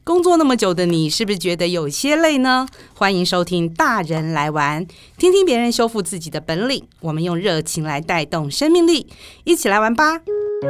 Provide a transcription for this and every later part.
工作那么久的你，是不是觉得有些累呢？欢迎收听大人来玩，听听别人修复自己的本领，我们用热情来带动生命力，一起来玩吧！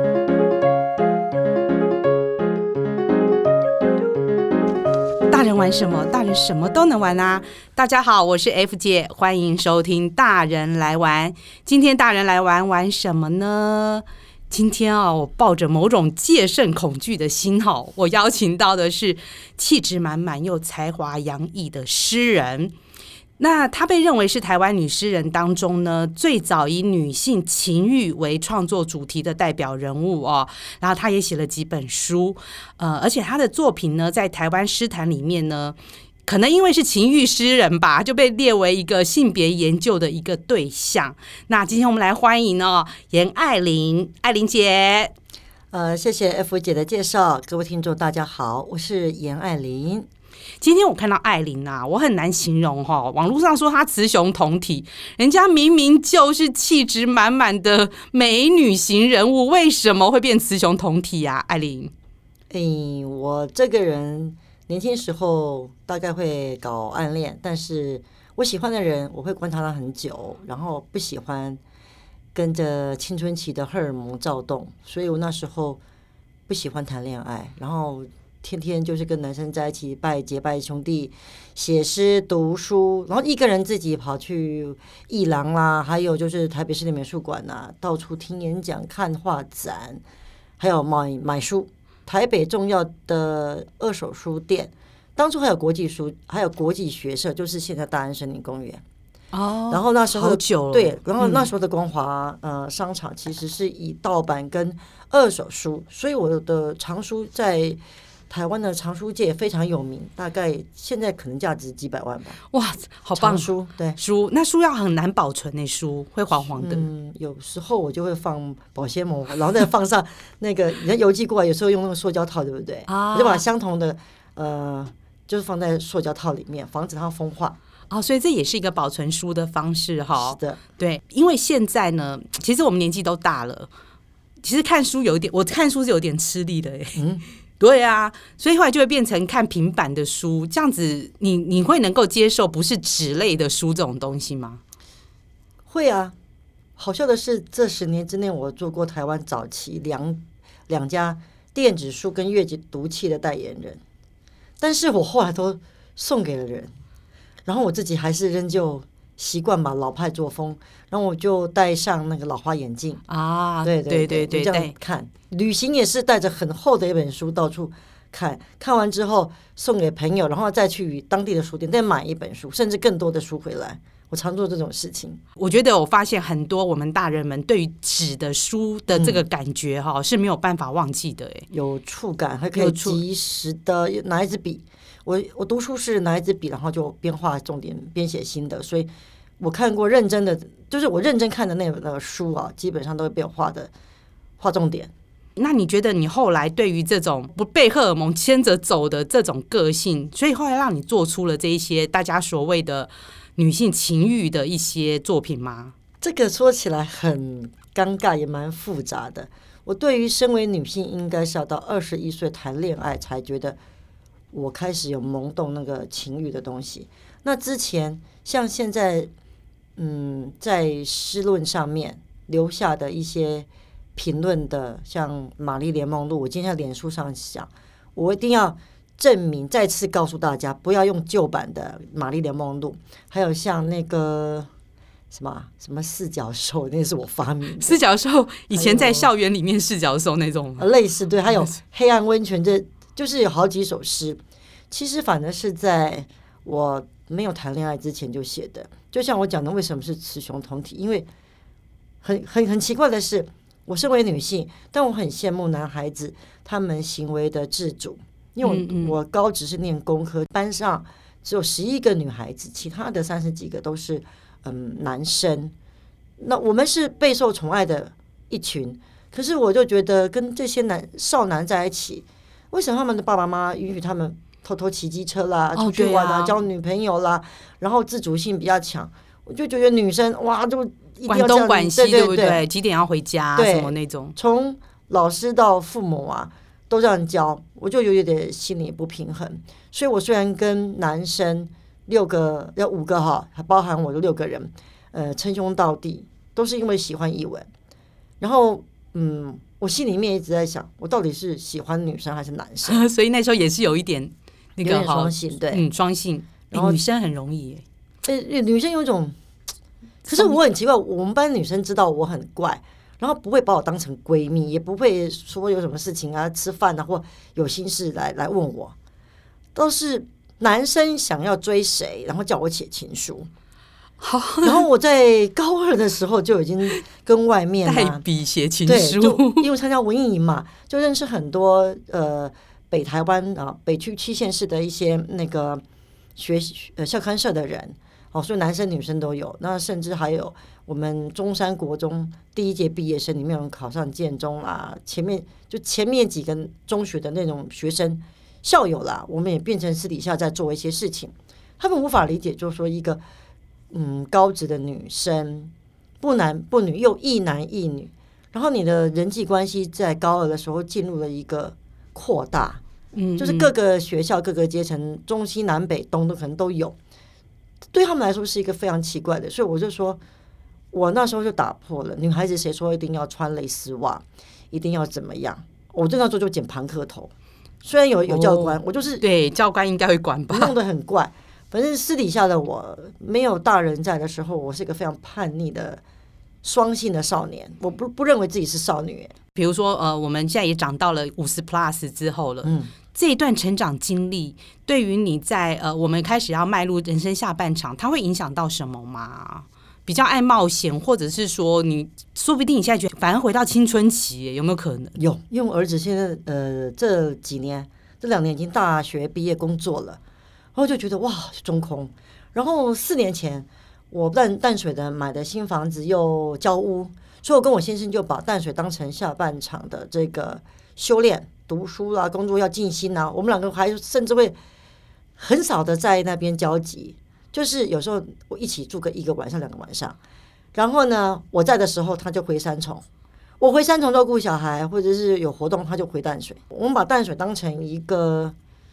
大人玩什么？大人什么都能玩啊！大家好，我是 F 姐，欢迎收听大人来玩。今天大人来玩玩什么呢？今天我抱着某种戒慎恐惧的心我邀请到的是气质满满又才华洋溢的诗人。那她被认为是台湾女诗人当中呢最早以女性情欲为创作主题的代表人物然后她也写了几本书，而且她的作品呢在台湾诗坛里面呢，可能因为是情欲诗人吧，就被列为一个性别研究的一个对象。那今天我们来欢迎严爱玲，爱玲姐。 谢谢 F 姐的介绍，各位听众大家好，我是严爱玲。 今天我看到爱玲我很难形容网络上说她雌雄同体，人家明明就是气质满满的美女型人物，为什么会变雌雄同体啊？爱玲， 我这个人年轻时候大概会搞暗恋，但是我喜欢的人我会观察他很久，然后不喜欢跟着青春期的荷尔蒙躁动，所以我那时候不喜欢谈恋爱，然后天天就是跟男生在一起拜结拜兄弟，写诗读书，然后一个人自己跑去艺廊啦，还有就是台北市的美术馆到处听演讲看画展，还有买书，台北重要的二手书店，当初还有国际书，还有国际学社，就是现在大安森林公园。然后那时候好久了， 对，然后那时候的光华商场其实是以盗版跟二手书，所以我的藏书在台湾的藏书界非常有名，大概现在可能价值几百万吧。 哇，好棒！ 藏书对那书要很难保存书会黄黄的。 有时候我就会放保鲜膜，然后再放上那个人邮寄过来，有时候用那个塑胶套，对不对？我就把相同的就是放在塑胶套里面，防止它风化。 所以这也是一个保存书的方式是的， 对，因为现在呢，其实我们年纪都大了，其实看书我看书是有点吃力的对啊，所以后来就会变成看平板的书，这样子你会能够接受不是纸类的书这种东西吗？ 会啊，好笑的是这10年之内我做过台湾早期两家电子书跟阅读器的代言人，但是我后来都送给了人，然后我自己还是仍旧习惯吧老派作风，然后我就戴上那个老花眼镜对，这样看。旅行也是带着很厚的一本书到处看完之后送给朋友，然后再去当地的书店再买一本书，甚至更多的书回来。我常做这种事情。 我觉得我发现很多我们大人们对于纸的书的这个感觉是没有办法忘记的有触感，还可以及时的拿一支笔。我读书是拿一支笔，然后就边画重点边写心得，所以我看过认真的，就是我认真看的那个书基本上都会被我画重点。 那你觉得你后来对于这种不被荷尔蒙牵着走的这种个性，所以后来让你做出了这一些大家所谓的女性情欲的一些作品吗？ 这个说起来很尴尬，也蛮复杂的。我对于身为女性应该是要到21岁谈恋爱才觉得我开始有萌动那个情欲的东西。那之前像现在在诗论上面留下的一些评论的，像玛丽莲梦露，我今天在脸书上想，我一定要证明，再次告诉大家，不要用旧版的玛丽莲梦露。还有像那个什么四脚兽，那是我发明的。 四脚兽以前在校园里面四脚兽那种类似，对，还有黑暗温泉，这就是有好几首诗。其实反正是在我没有谈恋爱之前就写的。就像我讲的，为什么是雌雄同体？因为很奇怪的是，我身为女性，但我很羡慕男孩子他们行为的自主。因为我高职是念工科，班上只有11个女孩子，其他的30几个都是男生。那我们是备受宠爱的一群，可是我就觉得跟这些少男在一起，为什么他们的爸爸妈妈允许他们偷偷骑机车啦，出去玩啦，交女朋友啦，然后自主性比较强？我就觉得女生哇，就一定要管东管西，对不对？ 对， 几点要回家什么那种。 从老师到父母都这样教，我就有点心里不平衡。所以我虽然跟男生5个哈，还包含我的6个人，称兄道弟，都是因为喜欢艺文。然后我心里面一直在想，我到底是喜欢女生还是男生？ 所以那时候也是有一点那个双性，对， 双性。然后女生很容易女生有一种，可是我很奇怪，我们班女生知道我很怪，然后不会把我当成闺蜜，也不会说有什么事情啊、吃饭啊或有心事来问我，都是男生想要追谁，然后叫我写情书。然后我在高2的时候就已经跟外面带笔写情书， 对，因为参加文艺营嘛，就认识很多北台湾啊北区7县市的一些那个校刊社的人，所以男生女生都有。那甚至还有我们中山国中第1届毕业生里面有人考上建中啦，前面几个中学的那种学生校友啦，我们也变成私底下在做一些事情。他们无法理解，就是说一个高职的女生，不男不女又一男一女，然后你的人际关系在高2的时候进入了一个扩大，就是各个学校各个阶层，中西南北东都可能都有，对他们来说是一个非常奇怪的。所以我就说，我那时候就打破了，女孩子谁说一定要穿蕾丝袜，一定要怎么样？我那时候就剪庞克头，虽然有教官，我就是对教官应该会管吧， 弄得很怪。反正私底下的我，没有大人在的时候，我是一个非常叛逆的双性的少年，我不认为自己是少女。 比如说我们现在也长到了50+ 之后了，这一段成长经历对于你在我们开始要迈入人生下半场，它会影响到什么吗？比较爱冒险，或者是说你说不定你现在觉得反而回到青春期，有没有可能？ 有，因为我儿子现在这2年已经大学毕业工作了，然后就觉得哇中空。然后4年前我淡水的买的新房子又交屋，所以我跟我先生就把淡水当成下半场的这个修炼，读书啦、工作要尽心啊。我们2个还甚至会很少的在那边交集，就是有时候我一起住1个晚上、2个晚上。然后呢，我在的时候他就回三重，我回三重照顾小孩，或者是有活动他就回淡水。我们把淡水当成一个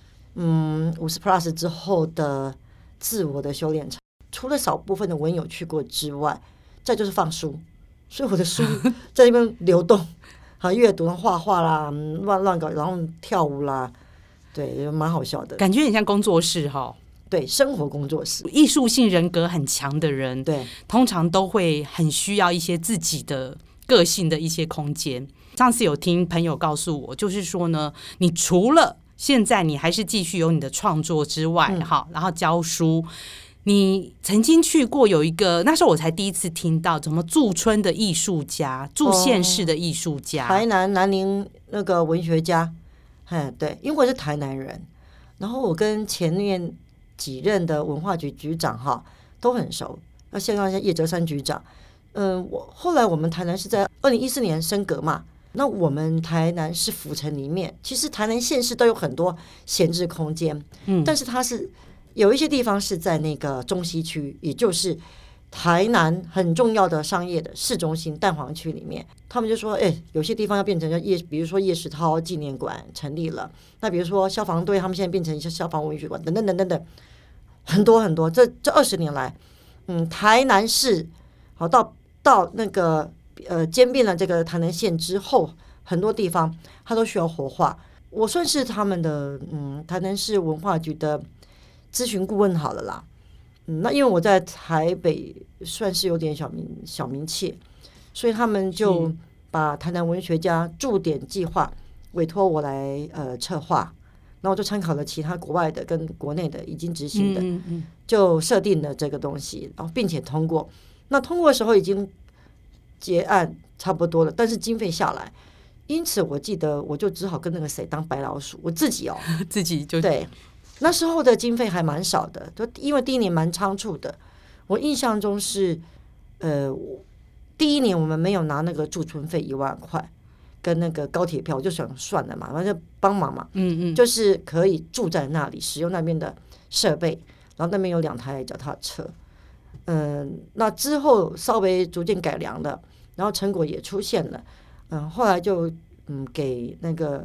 50+ 之后的自我的修炼场。除了少部分的文友去过之外，再就是放书，所以我的书在那边流动，阅读、画画啦，乱搞，然后跳舞啦，对，蛮好笑的， 感觉很像工作室哈。 对，生活工作室。 艺术性人格很强的人， 对， 通常都会很需要一些自己的个性的一些空间。上次有听朋友告诉我，就是说呢，你除了现在你还是继续有你的创作之外，然后教书。你曾经去过有一个，那时候我才第一次听到怎么驻村的艺术家，驻县市的艺术家， 台南南宁那个文学家，对，因为我是台南人，然后我跟前面几任的文化局局长都很熟，那像叶哲山局长，后来我们台南是在2014年升格嘛，那我们台南市府城里面，其实台南县市都有很多闲置空间，但是它是有一些地方是在那个中西区，也就是台南很重要的商业的市中心蛋黄区里面，他们就说，有些地方要变成比如说叶石涛纪念馆成立了，那比如说消防队，他们现在变成一些消防文学馆，等等等等等，很多很多。这20年来，台南市到那个兼并了这个台南县之后，很多地方它都需要活化。我算是他们的台南市文化局的咨询顾问好了啦，那因为我在台北算是有点小名气，所以他们就把台南文学家驻点计划委托我来策划，然后我就参考了其他国外的跟国内的已经执行的，就设定了这个东西，然后并且通过。那通过的时候已经结案差不多了，但是经费下来，因此我记得我就只好跟那个谁当白老鼠，我自己自己就对。那时候的经费还蛮少的，就因为第1年蛮仓促的。我印象中是，第1年我们没有拿那个驻村费1万块，跟那个高铁票，我就想算了嘛，然后就帮忙嘛，就是可以住在那里，使用那边的设备，然后那边有2台脚踏车，那之后稍微逐渐改良了，然后成果也出现了，后来就给那个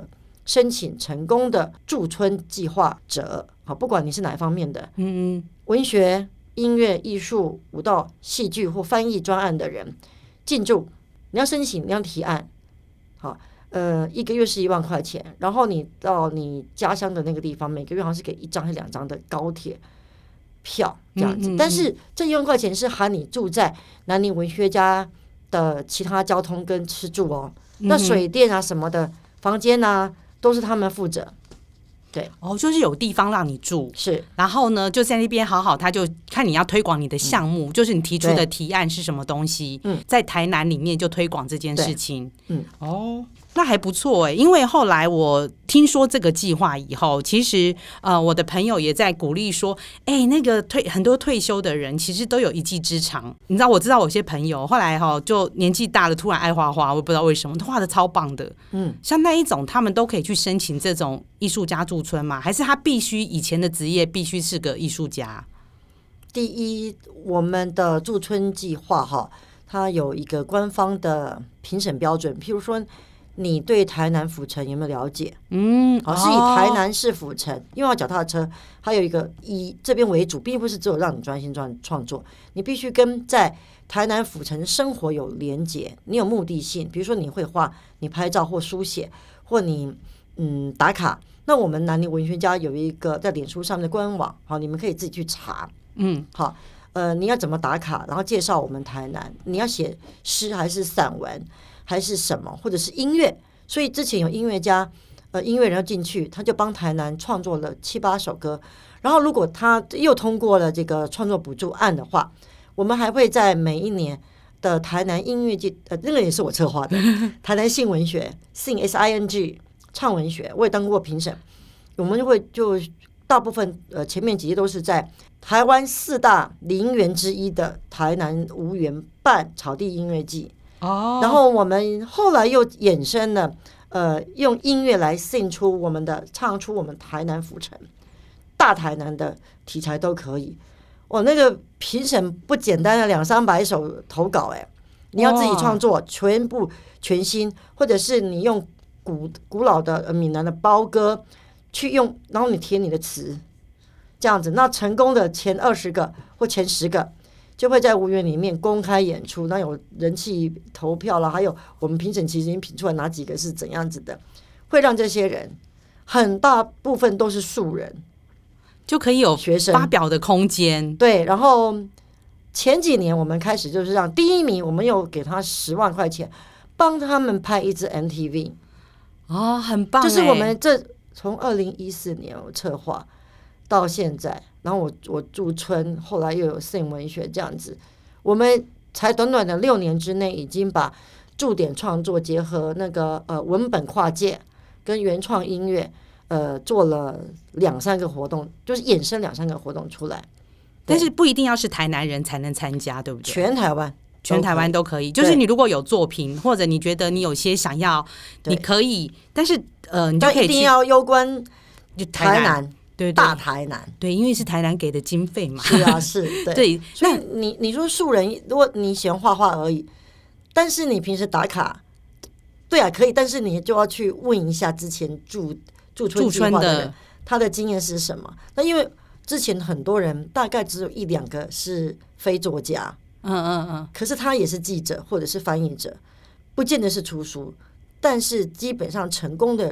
申请成功的驻村计划者，好，不管你是哪一方面的，文学、音乐、艺术、舞蹈、戏剧或翻译专案的人进驻，你要申请，你要提案，好，一个月是1万块钱，然后你到你家乡的那个地方，每个月好像是给1张还是2张的高铁票这样子，但是这1万块钱是含你住在南宁文学家的其他交通跟吃住哦，那水电啊什么的，房间啊都是他们负责。对， 就是有地方让你住， 是， 然后呢，就在那边好好，他就看你要推广你的项目，就是你提出的提案是什么东西，在台南里面就推广这件事情。那还不错因为后来我听说这个计划以后，其实我的朋友也在鼓励说，那个很多退休的人其实都有一技之长。你知道，我知道我有些朋友后来就年纪大了，突然爱画画，我也不知道为什么，他画的超棒的。像那一种，他们都可以去申请这种艺术家驻村吗？还是他必须以前的职业必须是个艺术家？ 第一，我们的驻村计划它有一个官方的评审标准，譬如说你对台南府城有没有了解？是以台南市府城，因为要脚踏车，还有一个以这边为主，并不是只有让你专心创作，你必须跟在台南府城生活有连结，你有目的性，比如说你会画，你拍照或书写，或你打卡。那我们南宁文学家有一个在脸书上面的官网，好，你们可以自己去查。好，你要怎么打卡，然后介绍我们台南，你要写诗还是散文？还是什么，或者是音乐，所以之前有音乐家、音乐人要进去，他就帮台南创作了7、8首歌。然后如果他又通过了这个创作补助案的话，我们还会在每一年的台南音乐季，那个也是我策划的，台南性文学 Sing SING 唱文学，我也当过评审。我们就大部分前面几届都是在台湾4大林园之一的台南无缘办草地音乐季。然后我们后来又衍生了，用音乐来唱出我们台南府城、大台南的题材都可以。那个评审不简单的200-300首投稿，你要自己创作，全部全新，或者是你用古老的闽南的包歌去用，然后你填你的词，这样子，那成功的前20个或前10个。就会在无缘里面公开演出，那有人气投票了，还有我们评审其实已经评出来哪几个是怎样子的，会让这些人很大部分都是素人， 就可以有学生发表的空间。 对，然后前几年我们开始就是让第1名，我们又给他10万块钱，帮他们拍一支 MTV。 很棒， 就是我们从2014年我策划到现在。然后我驻村，后来又有 Sing 文学这样子，我们才短短的6年之内，已经把驻点创作结合那个文本跨界跟原创音乐，做了2-3个活动，就是衍生2-3个活动出来。 但是不一定要是台南人才能参加，对不对？ 全台湾都可以。就是你如果有作品，或者你觉得你有些想要，你可以，但是你就可以去， 一定要攸关台南。 对， 大台南， 对，因为是台南给的经费嘛。 是啊，是，对。 对， 所以你说素人，如果你喜欢画画而已，但是你平时打卡，对啊，可以，但是你就要去问一下之前驻村计划的人，他的经验是什么？那因为之前很多人大概只有1-2个是非作家，可是他也是记者或者是翻译者，不见得是出书，但是基本上成功的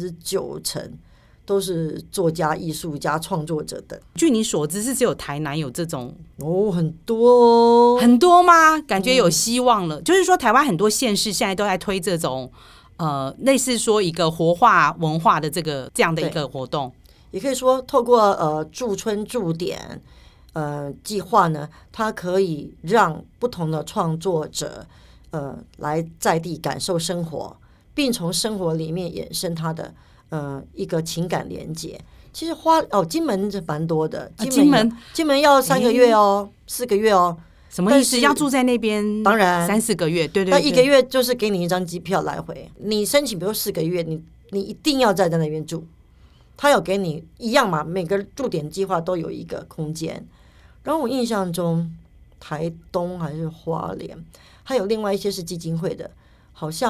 90%。都是作家、艺术家、创作者的。 据你所知，是只有台南有这种很多很多吗？感觉有希望了。就是说，台湾很多县市现在都在推这种类似说一个活化文化的这样的一个活动。 也可以说，透过驻村驻点计划呢，它可以让不同的创作者来在地感受生活，并从生活里面衍生他的。一个情感连接，其实金门是蛮多的，金门要3个月4个月什么意思？要住在那边？ 当然 3-4个月，对。 那1个月就是给你1张机票来回，你申请比如4个月，你一定要在那边住，他有给你一样嘛？每个驻点计划都有一个空间。然后我印象中，台东还是花莲，还有另外一些是基金会的，好像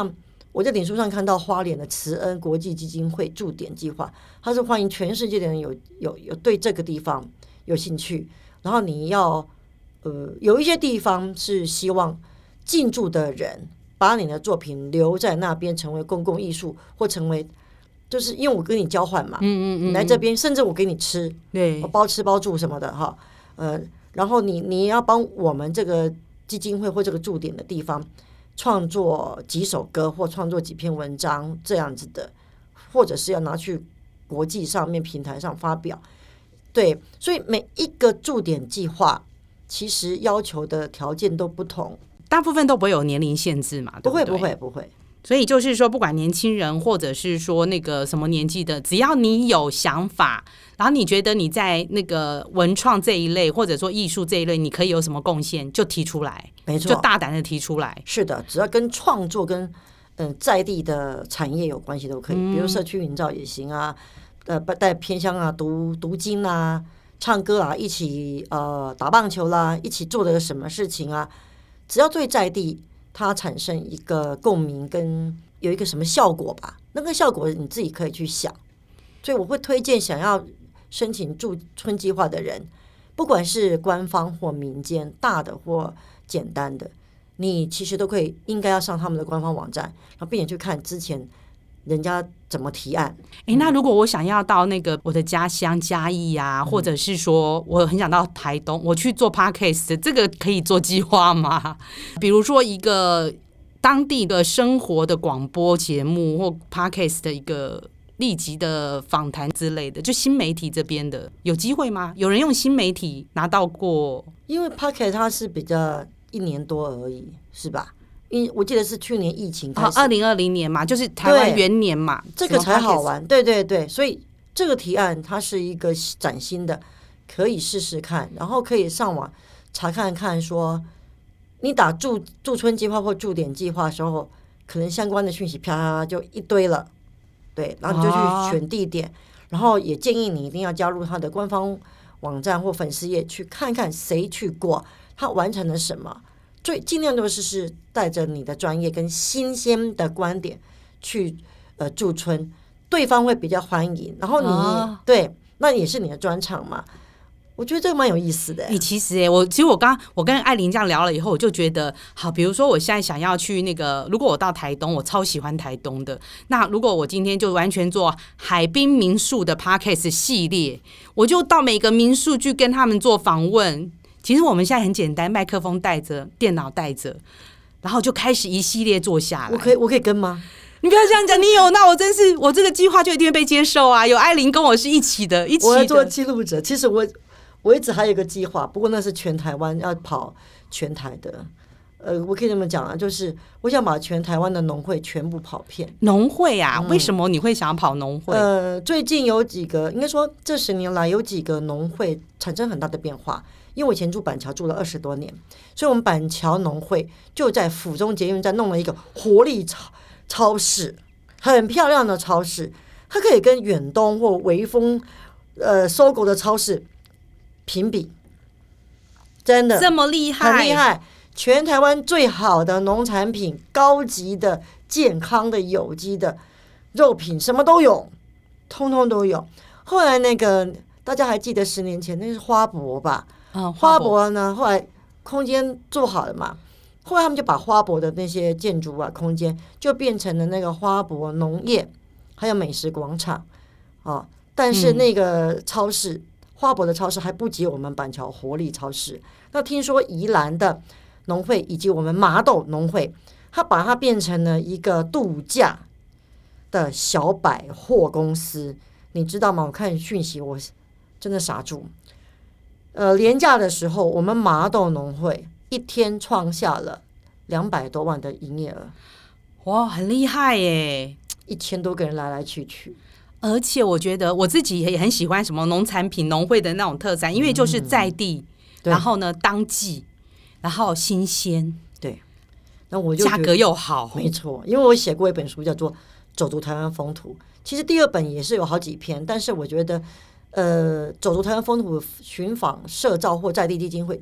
我在脸书上看到花莲的慈恩国际基金会驻点计划，它是欢迎全世界的人有对这个地方有兴趣，然后你要有一些地方是希望进驻的人把你的作品留在那边，成为公共艺术，或成为就是因为我跟你交换嘛，你来这边，甚至我给你吃， 对， 我包吃包住什么的哈，然后你要帮我们这个基金会或这个驻点的地方创作几首歌或创作几篇文章这样子的，或者是要拿去国际上面平台上发表。对，所以每一个驻点计划其实要求的条件都不同， 大部分都不会有年龄限制嘛，对不对？ 不会。 所以就是说，不管年轻人或者是说那个什么年纪的，只要你有想法，然后你觉得你在那个文创这一类或者说艺术这一类，你可以有什么贡献，就提出来， 没错， 就大胆的提出来。 是的，只要跟创作跟在地的产业有关系都可以，比如社区营造也行啊，带偏乡啊，读经啊，唱歌啊，一起打棒球啦，一起做的什么事情啊，只要对在地。它产生一个共鸣跟有一个什么效果吧，那个效果你自己可以去想。所以我会推荐想要申请驻村计划的人，不管是官方或民间，大的或简单的，你其实都可以应该要上他们的官方网站，然后并且去看之前人家怎么提案。 那如果我想要到那个我的家乡嘉义啊，或者是说我很想到台东，我去做 podcast， 这个可以做计划吗？比如说一个当地的生活的广播节目或 podcast 的一个立即的访谈之类的，就新媒体这边的有机会吗？有人用新媒体拿到过？ 因为 podcast 它是比较1年多而已，是吧？我记得是去年疫情开始 ，2020年嘛，就是台湾元年嘛， 这个才好玩。对，所以这个提案它是一个崭新的，可以试试看，然后可以上网查看看说，你打驻村计划或驻点计划的时候，可能相关的讯息啪就一堆了，对，然后你就去选地点，然后也建议你一定要加入他的官方网站或粉丝页去看看谁去过，他完成了什么。尽量都是带着你的专业跟新鲜的观点去驻村，对方会比较欢迎。然后你、对，那也是你的专场嘛。我觉得这个蛮有意思的。 其实我跟艾琳这样聊了以后，我就觉得好。比如说我现在想要去那个，如果我到台东，我超喜欢台东的。那如果我今天就完全做海滨民宿的 podcast 系列，我就到每个民宿去跟他们做访问。其实我们现在很简单，麦克风带着，电脑带着，然后就开始一系列做下来。 我可以跟吗？ 你不要这样讲，你有那我真是我这个计划就一定会被接受啊！有艾琳跟我是一起的。 我要做记录者。其实我一直还有一个计划，不过那是全台湾要跑全台的。我可以这么讲啊，就是我想把全台湾的农会全部跑遍。 农会啊？为什么你会想要跑农会？ 最近有几个，应该说这10年来有几个农会产生很大的变化。因为我以前住板桥住了20多年，所以我们板桥农会就在府中捷运站弄了一个活力超市，很漂亮的超市，它可以跟远东或微风搜狗的超市评比，真的这么厉害， 很厉害。全台湾最好的农产品，高级的、健康的、有机的肉品，什么都有，通通都有。后来那个大家还记得10年前那是花博吧？花博呢，后来空间做好了嘛，后来他们就把花博的那些建筑啊、空间就变成了那个花博农业还有美食广场啊。但是那个超市，花博的超市还不及我们板桥活力超市。那听说宜兰的农会以及我们麻豆农会，他把它变成了一个度假的小百货公司，你知道吗？我看讯息我真的傻住。连假的时候，我们麻豆农会一天创下了200多万的营业额， 哇，很厉害耶 ！1000多个人来来去去。 而且我觉得我自己也很喜欢什么农产品农会的那种特产，因为就是在地，然后呢当季，然后新鲜， 对，那我就价格又好， 没错。因为我写过一本书叫做《走读台湾风土》，其实第2本也是有好几篇，但是我觉得走读台湾风土寻访社造或在地基金会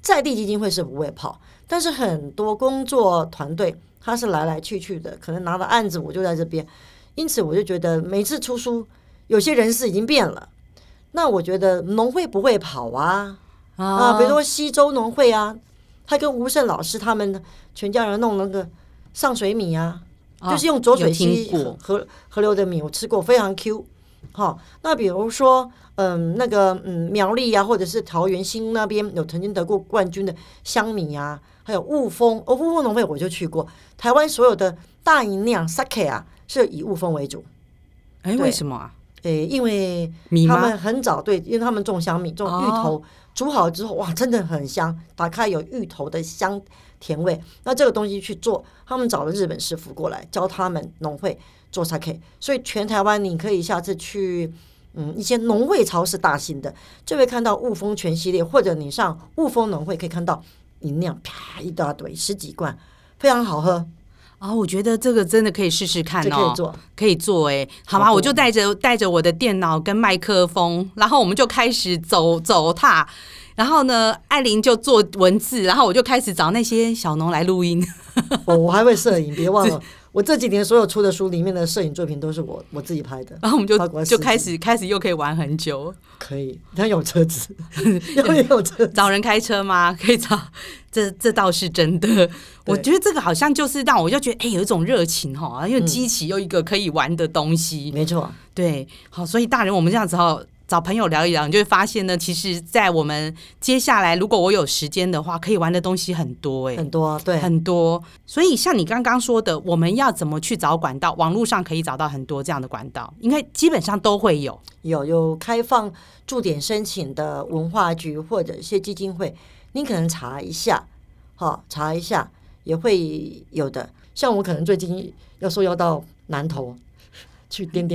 在地基金会是不会跑，但是很多工作团队他是来来去去的，可能拿的案子我就在这边，因此我就觉得每次出书，有些人事已经变了。那我觉得农会不会跑啊？比如说西周农会啊，他跟吴胜老师他们全家人弄那个上水米啊，就是用浊水溪河流的米，我吃过，非常 Q。那比如说苗栗啊，或者是桃园新那边有曾经得过冠军的香米啊，还有雾峰农会我就去过。台湾所有的大吟酿 sake 啊，是以雾峰为主。 为什么啊？ 因为他们很早，对，因为他们种香米，种芋头，煮好之后哇，真的很香，打开有芋头的香甜味。那这个东西去做，他们找了日本师傅过来教他们农会做 sake， 所以全台湾你可以下次去一些农会超市大型的，就会看到雾峰全系列，或者你上雾峰农会可以看到饮料啪一大堆10几罐，非常好喝。 我觉得这个真的可以试试看可以做， 可以做好吗？我就带着我的电脑跟麦克风，然后我们就开始走踏，然后呢，艾琳就做文字，然后我就开始找那些小农来录音。 我还会摄影，别忘了，我这几年所有出的书里面的摄影作品都是我自己拍的。 然后我们就开始又可以玩很久。 可以，但有车子，有车子， 找人开车吗？可以找，这倒是真的。我觉得这个好像就是让我就觉得有一种热情因为激起又一个可以玩的东西。 没错， 对，好，所以大人我们这样子找朋友聊一聊，你就会发现呢，其实在我们接下来如果我有时间的话，可以玩的东西很多很多，对， 很多。所以像你刚刚说的，我们要怎么去找管道？网络上可以找到很多这样的管道，应该基本上都会有开放驻点申请的文化局或者一些基金会，你可能查一下也会有的。像我可能最近要到南投去点，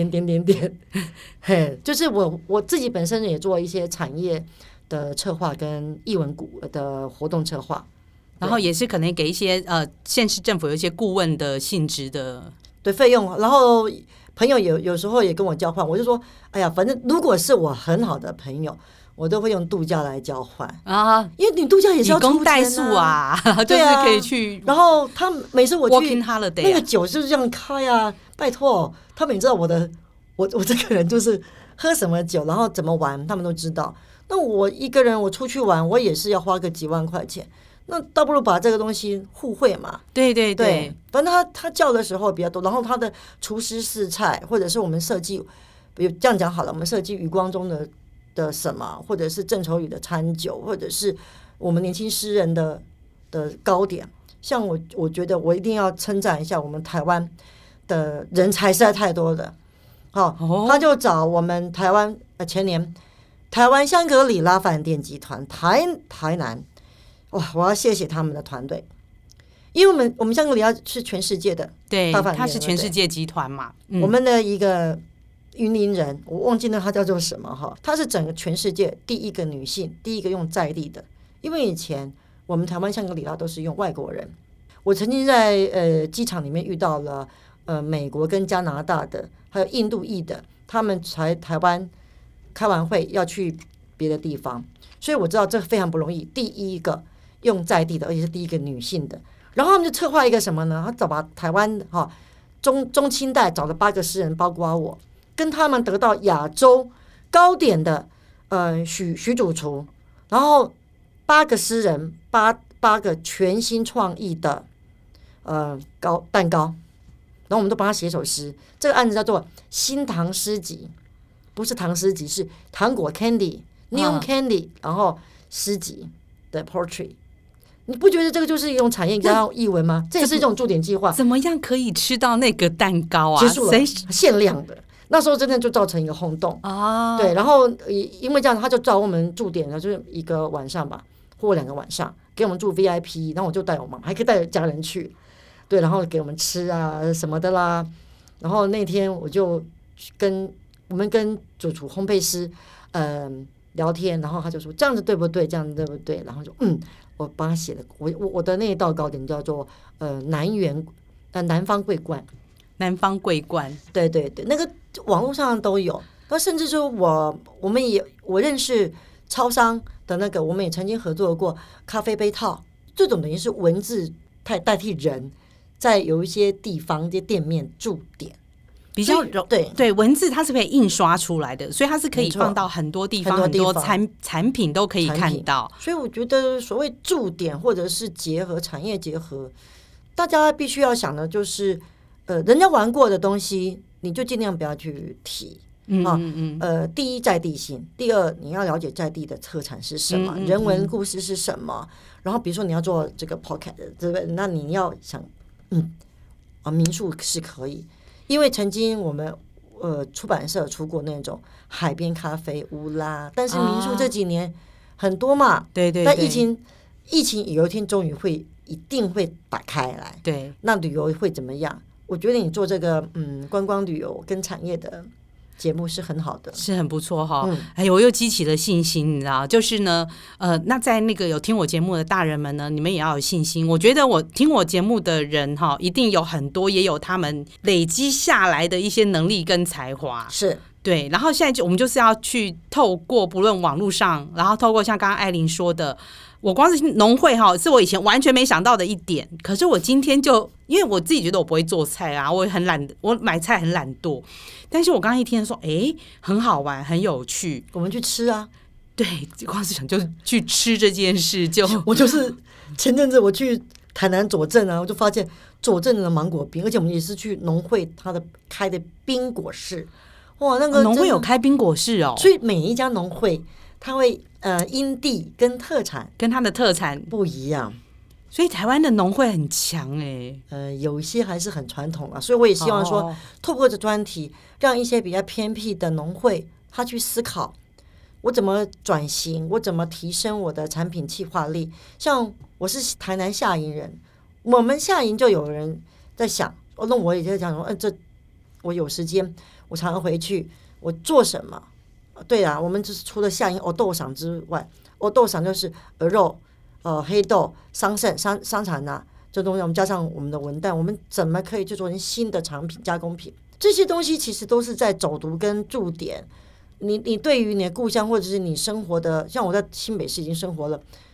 就是我自己本身也做一些产业的策划跟艺文股的活动策划， 然后也是可能给一些县市政府有一些顾问的性质的对费用，然后朋友有时候也跟我交换，我就说哎呀，反正如果是我很好的朋友，我都会用度假来交换因为你度假也是要出钱代数就是可以去。 然后他每次我去 working holiday 那个酒就是这样开拜托，他们也知道我这个人就是喝什么酒，然后怎么玩，他们都知道。那我一个人我出去玩，我也是要花个几万块钱，那倒不如把这个东西互惠嘛。 对， 反正他叫的时候比较多，然后他的厨师试菜，或者是我们设计，比如这样讲好了，我们设计余光中的什么，或者是郑愁予的餐酒，或者是我们年轻诗人的糕点。像我觉得我一定要称赞一下我们台湾的人才实在太多了。他就找我们台湾前年台湾香格里拉饭店集团台南，哇，我要谢谢他们的团队，因为我们香格里拉是全世界的大饭店， 它是全世界集团嘛。 我们的一个云林人，我忘记了她叫做什么她是整个全世界第一个女性，第一个用在地的。因为以前我们台湾香格里拉都是用外国人，我曾经在机场里面遇到了美国跟加拿大的，还有印度裔的，他们才台湾开完会要去别的地方，所以我知道这非常不容易。第一个用在地的，而且是第一个女性的。然后他们就策划一个什么呢？他找把台湾中清代找了8个诗人，包括我，跟他们得到亚洲糕点的许主厨，然后8个诗人八个全新创意的蛋糕，然后我们都帮他写首诗。这个案子叫做新唐诗集，不是唐诗集，是糖果 candy、neon candy，然后诗集的 portrait。你不觉得这个就是一种产业加上艺文吗？这也是一种驻点计划。 怎么样可以吃到那个蛋糕结束了，限量的。那时候真的就造成一个轰动对，然后因为这样，他就找我们驻点，就是1个晚上吧，或2个晚上，给我们住 VIP， 然后我就带我妈，还可以带家人去，对，然后给我们吃什么的啦。然后那天我就我们跟主厨烘焙师聊天，然后他就说这样子对不对？这样子对不对？然后就我帮他写的，我的那一道糕点叫做南方桂冠。 南方桂冠， 对，那个网络上都有。那甚至说我认识超商的那个，我们也曾经合作过咖啡杯套，这种等于是文字代替人，在有一些地方这些店面驻点。 比较对文字它是可以印刷出来的，所以它是可以放到很多地方，很多产品都可以看到。 所以我觉得所谓驻点或者是结合产业结合，大家必须要想的就是，人家玩过的东西，你就尽量不要去提。第一在地性，第二你要了解在地的特产是什么，人文故事是什么。然后比如说你要做这个 podcast， 对不对？那你要想，民宿是可以。因为曾经我们出版社出过那种海边咖啡屋啦，但是民宿这几年很多嘛， 对， 但疫情有一天终于一定会打开来， 对， 那旅游会怎么样？我觉得你做这个观光旅游跟产业的节目是很好的， 是很不错哈。我又激起了信心，你知道，就是呢，那在那个有听我节目的大人们呢，你们也要有信心。我觉得听我节目的人哈，一定有很多也有他们累积下来的一些能力跟才华， 是对。然后现在我们就是要去透过不论网络上，然后透过像刚刚艾琳说的。我光是农会哈，是我以前完全没想到的一点。可是我今天就，因为我自己觉得我不会做菜啊，我很懒，我买菜很懒惰。但是我刚刚一听说，很好玩，很有趣， 我们去吃啊。 对，光是想就去吃这件事， 我就是前阵子我去台南左镇啊，我就发现左镇的芒果冰，而且我们也是去农会它的开的冰果室。哇，那个农会有开冰果室哦， 所以每一家农会它会因地跟特产跟它的特产不一样， 所以台湾的农会很强有一些还是很传统啊，所以我也希望说，透过这专题，让一些比较偏僻的农会，他去思考我怎么转型，我怎么提升我的产品企划力。像我是台南下营人，我们下营就有人在想，那我也在讲说，这我有时间，我常常回去，我做什么？对啊，我们就是除了下营藕豆赏之外，藕豆赏就是鹅肉、黑豆、桑葚、桑蚕啊，这东西我们加上我们的文旦，我们怎么可以去做成新的产品加工品？这些东西其实都是在走读跟驻点。你对于你的故乡或者是你生活的，像我在新北市已经生活了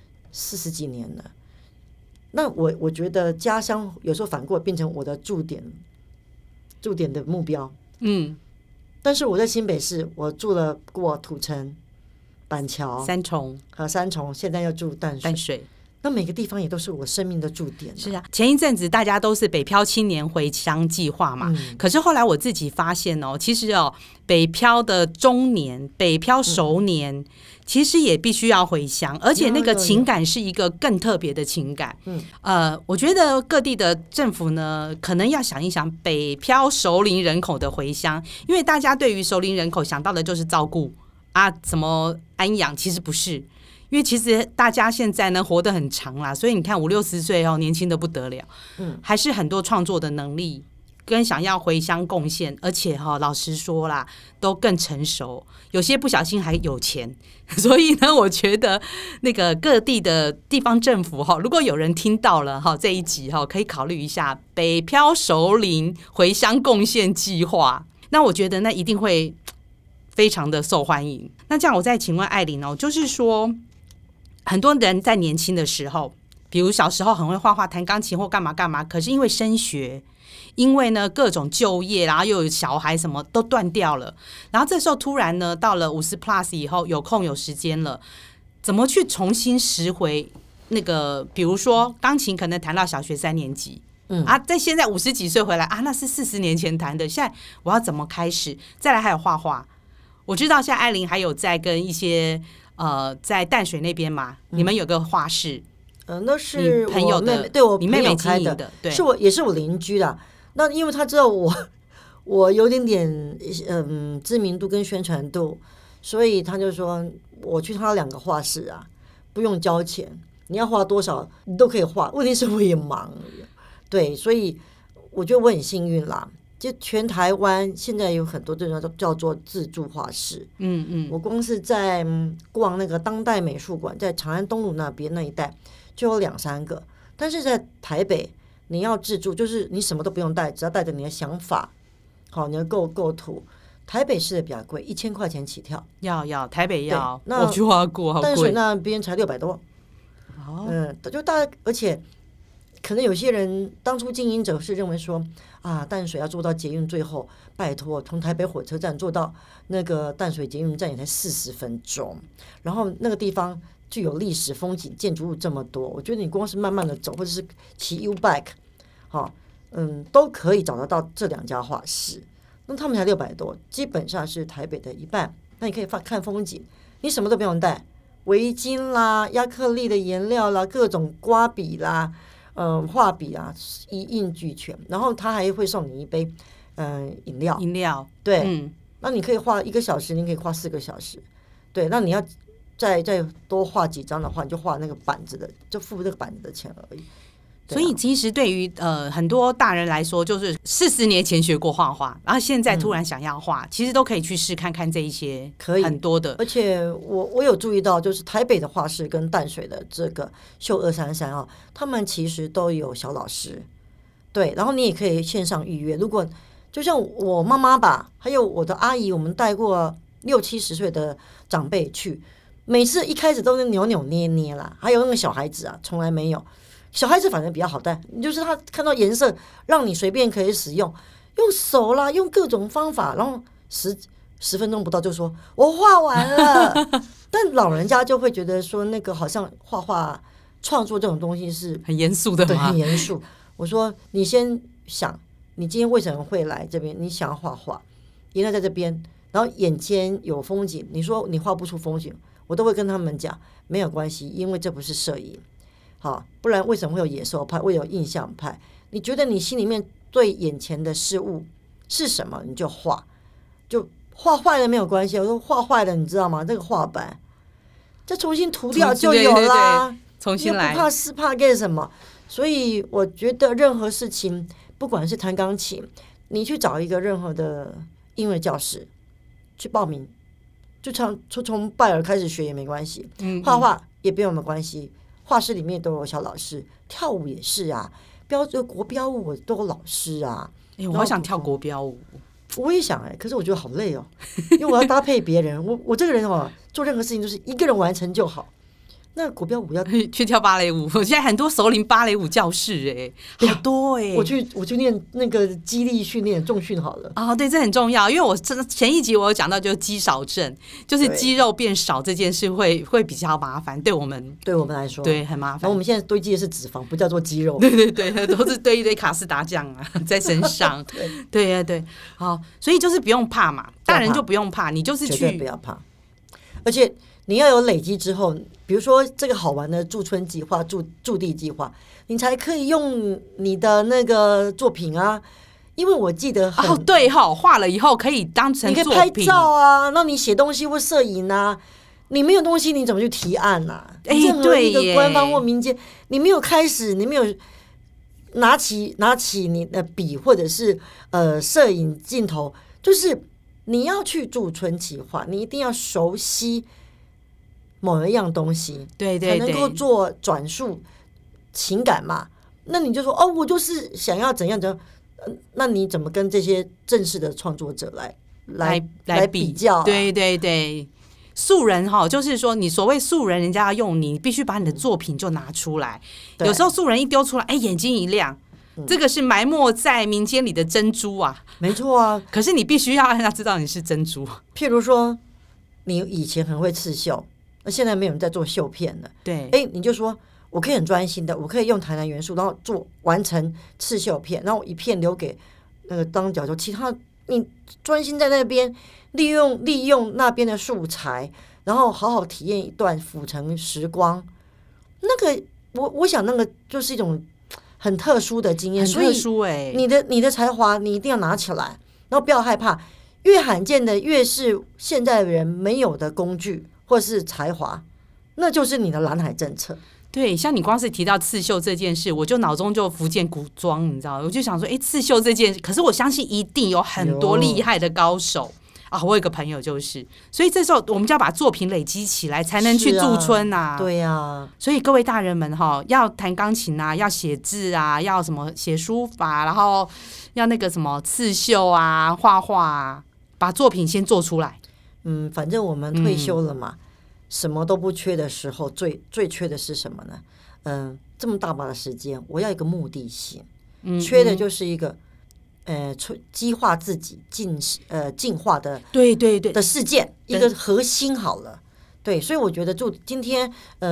40几年了，那我觉得家乡有时候反过来变成我的驻点的目标。但是我在新北市，我住了过土城、板桥、 三重， 现在要住淡水。那每个地方也都是我生命的驻点。 是啊，前一阵子大家都是北漂青年回乡计划嘛，可是后来我自己发现其实北漂的中年、北漂熟年，其实也必须要回乡，而且那个情感是一个更特别的情感。我觉得各地的政府呢，可能要想一想北漂熟龄人口的回乡，因为大家对于熟龄人口想到的就是照顾啊，怎么安养，其实不是。因为其实大家现在呢活得很长啦，所以你看50-60岁年轻的不得了，还是很多创作的能力跟想要回乡贡献，而且老实说啦，都更成熟，有些不小心还有钱，所以呢，我觉得那个各地的地方政府如果有人听到了这一集可以考虑一下北漂熟龄回乡贡献计划，那我觉得那一定会非常的受欢迎。那这样我再请问艾琳就是说。很多人在年轻的时候，比如小时候很会画画、弹钢琴或干嘛干嘛，可是因为升学，因为呢各种就业，然后又有小孩，什么都断掉了。然后这时候突然呢，到了50+ 以后，有空有时间了，怎么去重新拾回那个？比如说钢琴可能弹到小学3年级，在现在50几岁回来那是40年前弹的，现在我要怎么开始？再来还有画画，我知道现在艾琳还有在跟一些。在淡水那边嘛，你们有个画室， 那是朋友的， 对我你妹妹开的，对， 也是我邻居啦。那因为他知道我有点知名度跟宣传度，所以他就说我去他2个画室啊，不用交钱，你要画多少你都可以画。问题是我也忙，对，所以我觉得我很幸运啦。就全台湾现在有很多这种叫做自助画室，我光是在逛那个当代美术馆，在长安东路那边那一带就有2-3个，但是在台北你要自助，就是你什么都不用带，只要带着你的想法，好，你的构图， 台北市的比较贵，1000块钱起跳。 要台北要， 那我去花过，好贵。 淡水那边才600多。就而且可能有些人当初经营者是认为说啊，淡水要做到捷运最后，拜托，从台北火车站坐到那个淡水捷运站也才40分钟，然后那个地方具有历史风景，建筑物这么多，我觉得你光是慢慢的走，或者是骑 U bike，都可以找得到这2家画室。那他们才600多，基本上是台北的一半。那你可以看风景，你什么都不用带，围巾啦、亚克力的颜料啦、各种刮笔啦、画笔啊，一应俱全。然后他还会送你一杯饮料，对，那你可以画1个小时，你可以画4个小时，对。那你要再多画几张的话，你就画那个板子的，就付那个板子的钱而已。 所以其实对于很多大人来说，就是40年前学过画画，然后现在突然想要画，其实都可以去试看看这一些，可以很多的。 而且我有注意到，就是台北的画室跟淡水的这个秀233啊，他们其实都有小老师，对，然后你也可以线上预约。如果就像我妈妈吧，还有我的阿姨，我们带过60、70岁的长辈去，每次一开始都是扭扭捏捏啦，还有那个小孩子啊，从来没有。小孩子反正比较好带，就是他看到颜色，让你随便可以使用，用手啦，用各种方法，然后10分钟不到就说我画完了。但老人家就会觉得说，那个好像画画创作这种东西是很严肃的嘛， 对，很严肃。我说你先想，你今天为什么会来这边？你想要画画，颜料在这边，然后眼前有风景，你说你画不出风景，我都会跟他们讲没有关系，因为这不是摄影。好，不然为什么会有野兽派，会有印象派？你觉得你心里面对眼前的事物是什么，你就画，就画坏了没有关系。我说画坏了，你知道吗？这个画板再重新涂掉就有啦， 对对对，重新来， 不怕湿怕干什么？所以我觉得任何事情，不管是弹钢琴，你去找一个任何的音乐教室去报名，就从拜耳开始学也没关系，画画也不用没关系。画室里面都有小老师，跳舞也是啊，国标舞都有老师啊。 我好想跳国标舞， 我也想可是我觉得好累哦，因为我要搭配别人。我这个人做任何事情都是一个人完成就好。那国标舞要去跳芭蕾舞，我现在很多熟龄芭蕾舞教室好多我去念那个肌力训练重训好了。 对，这很重要，因为我前一集我有讲到，就是肌少症，就是肌肉变少这件事会比较麻烦，对我们来说， 对，很麻烦。 然后我们现在堆积的是脂肪，不叫做肌肉。 对，都是堆一堆卡士达酱在身上。对，好，所以就是不用怕嘛，大人就不用怕，你就是绝对不要怕，而且你要有累积之后，比如说这个好玩的驻村计划、驻地计划，你才可以用你的那个作品啊。因为我记得对画了以后可以当成作品， 你可以拍照啊，那你写东西或摄影啊，你没有东西你怎么去提案啊？任何一个官方或民间，你没有开始，你没有拿起你的笔或者是摄影镜头，就是你要去驻村计划，你一定要熟悉某一样东西， 对， 才能够做转述情感嘛。那你就说我就是想要怎样，那你怎么跟这些正式的创作者来比较对，素人就是说你所谓素人，人家要用你必须把你的作品就拿出来。有时候素人一丢出来，眼睛一亮，这个是埋没在民间里的珍珠啊， 没错啊。 可是你必须要让他知道你是珍珠。 譬如说你以前很会刺绣，那现在没有人在做绣片了， 对， 你就说我可以很专心的，我可以用台南元素，然后完成刺绣片，然后一片留给那个当角球，其他你专心在那边利用那边的素材，然后好好体验一段府城时光。那个我想那个就是一种很特殊的经验， 很特殊你的才华你一定要拿起来，然后不要害怕，越罕见的越是现在人没有的工具或是才华，那就是你的蓝海政策。 对，像你光是提到刺绣这件事，我就脑中就浮现古装，你知道，我就想说，刺绣这件事，可是我相信一定有很多厉害的高手我有一个朋友就是，所以这时候我们就要把作品累积起来，才能去驻村对啊， 所以各位大人们要弹钢琴啊，要写字啊，要什么写书法，然后要那个什么刺绣啊、画画啊， 把作品先做出来。 反正我们退休了嘛，什么都不缺的时候，最缺的是什么呢？这么大把的时间，我要一个目的性，缺的就是一个激化自己进化的对的事件，一个核心好了。对，所以我觉得今天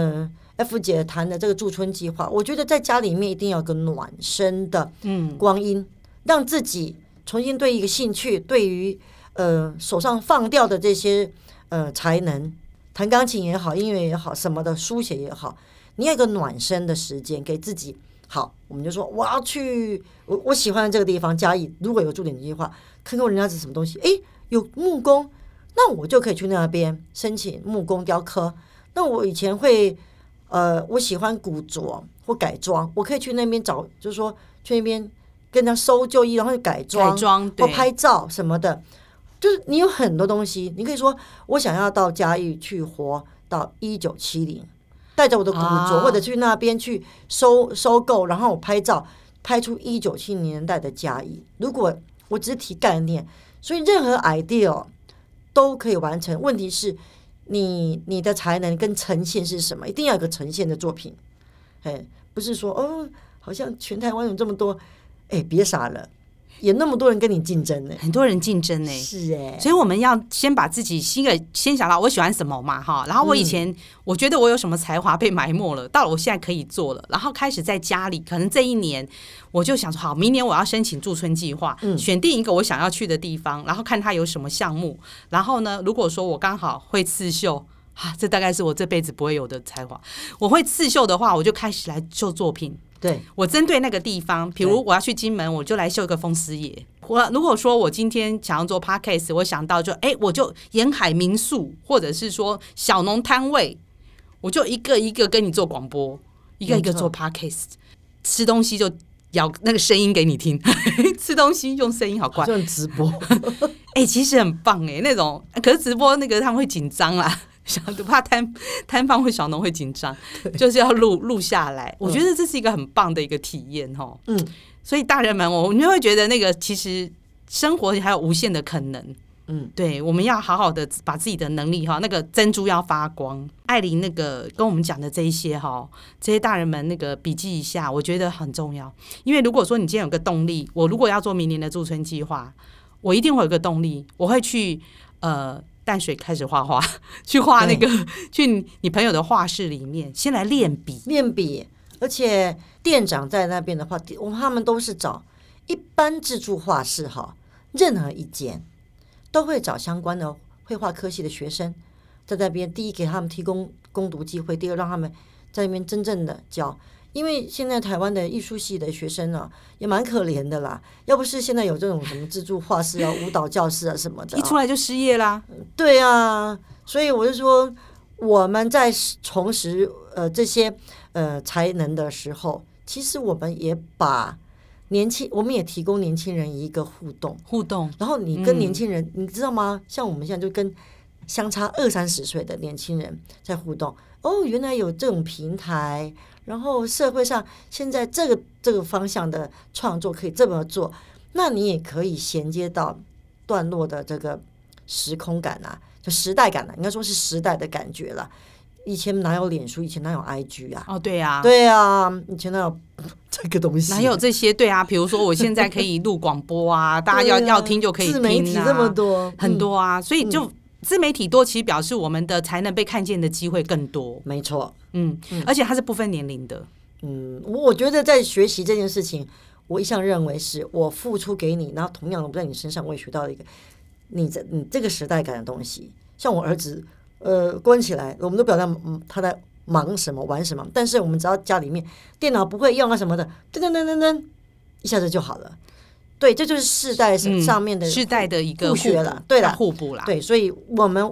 F 姐谈的这个驻村计划，我觉得在家里面一定要有个暖身的光阴，让自己重新对一个兴趣，对于手上放掉的这些才能，弹钢琴也好，音乐也好，什么的书写也好，你要有一个暖身的时间给自己。好，我们就说我要去我喜欢的这个地方嘉义，如果有驻点计划，看看人家是什么东西，有木工，那我就可以去那边申请木工雕刻。那我以前会我喜欢古着或改装，我可以去那边找，就是说去那边跟人家收旧衣，然后改装或拍照什么的。就是你有很多东西，你可以说我想要到嘉义去活到1970，带着我的古着，或者去那边去收购，然后我拍照拍出1970年代的嘉义。如果我只是提概念，所以任何 idea 都可以完成。问题是你的才能跟呈现是什么？一定要有个呈现的作品。不是说好像全台湾有这么多，别傻了。有那么多人跟你竞争呢， 很多人竞争呢， 是所以我们要先把自己先想到我喜欢什么嘛哈，然后我以前我觉得我有什么才华被埋没了，到了我现在可以做了，然后开始在家里，可能这一年我就想说好，明年我要申请驻村计划，选定一个我想要去的地方，然后看它有什么项目，然后呢，如果说我刚好会刺绣。这大概是我这辈子不会有的才华。我会刺绣的话，我就开始来绣作品。 对， 我针对那个地方，比如我要去金门，我就来绣一个风狮爷。如果说我今天想要做 podcast， 我想到我就沿海民宿，或者是说小农摊位，我就一个一个跟你做广播，一个一个做 podcast。吃东西就咬那个声音给你听，吃东西用声音好怪， 好像直播。 其实很棒那种，可是直播那个他们会紧张啦。怕摊贩或小农会紧张，就是要录下来。我觉得这是一个很棒的一个体验所以大人们，我们就会觉得那个其实生活还有无限的可能。对，我们要好好的把自己的能力那个珍珠要发光。艾琳那个跟我们讲的这一些这些大人们那个笔记一下，我觉得很重要。因为如果说你今天有个动力，我如果要做明年的驻村计划，我一定会有个动力，我会去淡水开始画画，去画那个去你朋友的画室里面，先来练笔。而且店长在那边的话，他们都是找一般自助画室任何一间都会找相关的绘画科系的学生在那边。第一，给他们提供攻读机会；第二，让他们在那边真正的教。因为现在台湾的艺术系的学生也蛮可怜的啦，要不是现在有这种什么自助画室舞蹈教室什么的， 一出来就失业啦。 对啊，所以我就说我们在重拾这些才能的时候，其实我们也把我们也提供年轻人一个互动，然后你跟年轻人，你知道吗？像我们现在就跟相差20-30岁的年轻人在互动。原来有这种平台，然后社会上现在这个方向的创作可以这么做，那你也可以衔接到段落的这个时空感就时代感应该说是时代的感觉了。以前哪有脸书，以前哪有 IG 啊？ 对啊， 以前哪有这个东西？ 哪有这些？对啊，比如说我现在可以录广播大家要听就可以听自媒体这么多， 很多所以就。自媒体多，其实表示我们的才能被看见的机会更多。 没错， 而且它是不分年龄的。 我觉得在学习这件事情，我一向认为是我付出给你，然后同样的我在你身上我也学到了一个你这个时代感的东西。像我儿子，关起来，我们都不知道他在忙什么玩什么，但是我们只要家里面电脑不会用什么的，噔噔噔噔噔，一下子就好了。对，这就是世代上面的世代的一个互学了，对了， 互补啦。 对，所以我们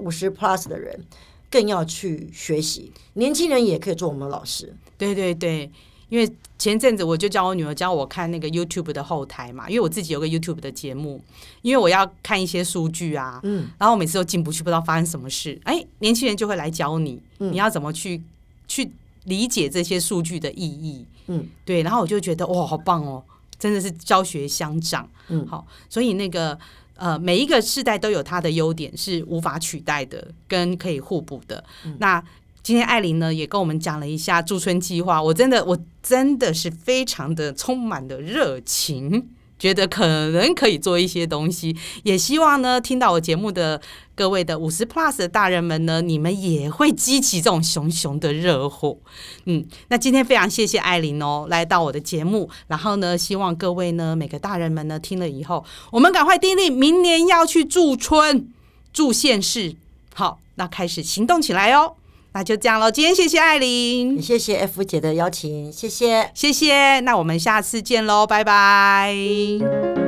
50+ 的人更要去学习，年轻人也可以做我们老师。 对，因为前阵子我就教我女儿教我看那个 YouTube 的后台嘛，因为我自己有个 YouTube 的节目，因为我要看一些数据然后我每次都进不去，不知道发生什么事。年轻人就会来教你，你要怎么去理解这些数据的意义。对，然后我就觉得哇，好棒哦。真的是教学相长。好，所以那个每一个世代都有它的优点，是无法取代的，跟可以互补的。那今天艾琳呢也跟我们讲了一下驻村计划，我真的是非常的充满了热情，觉得可能可以做一些东西，也希望呢听到我节目的各位的50+ 的大人们呢，你们也会激起这种熊熊的热火。那今天非常谢谢艾琳来到我的节目，然后呢希望各位呢每个大人们呢听了以后，我们赶快订立明年要去驻村驻县市，好，那开始行动起来哦。那就这样咯，今天谢谢艾琳， 也谢谢 F 姐的邀请，谢谢， 谢谢，那我们下次见咯，拜拜。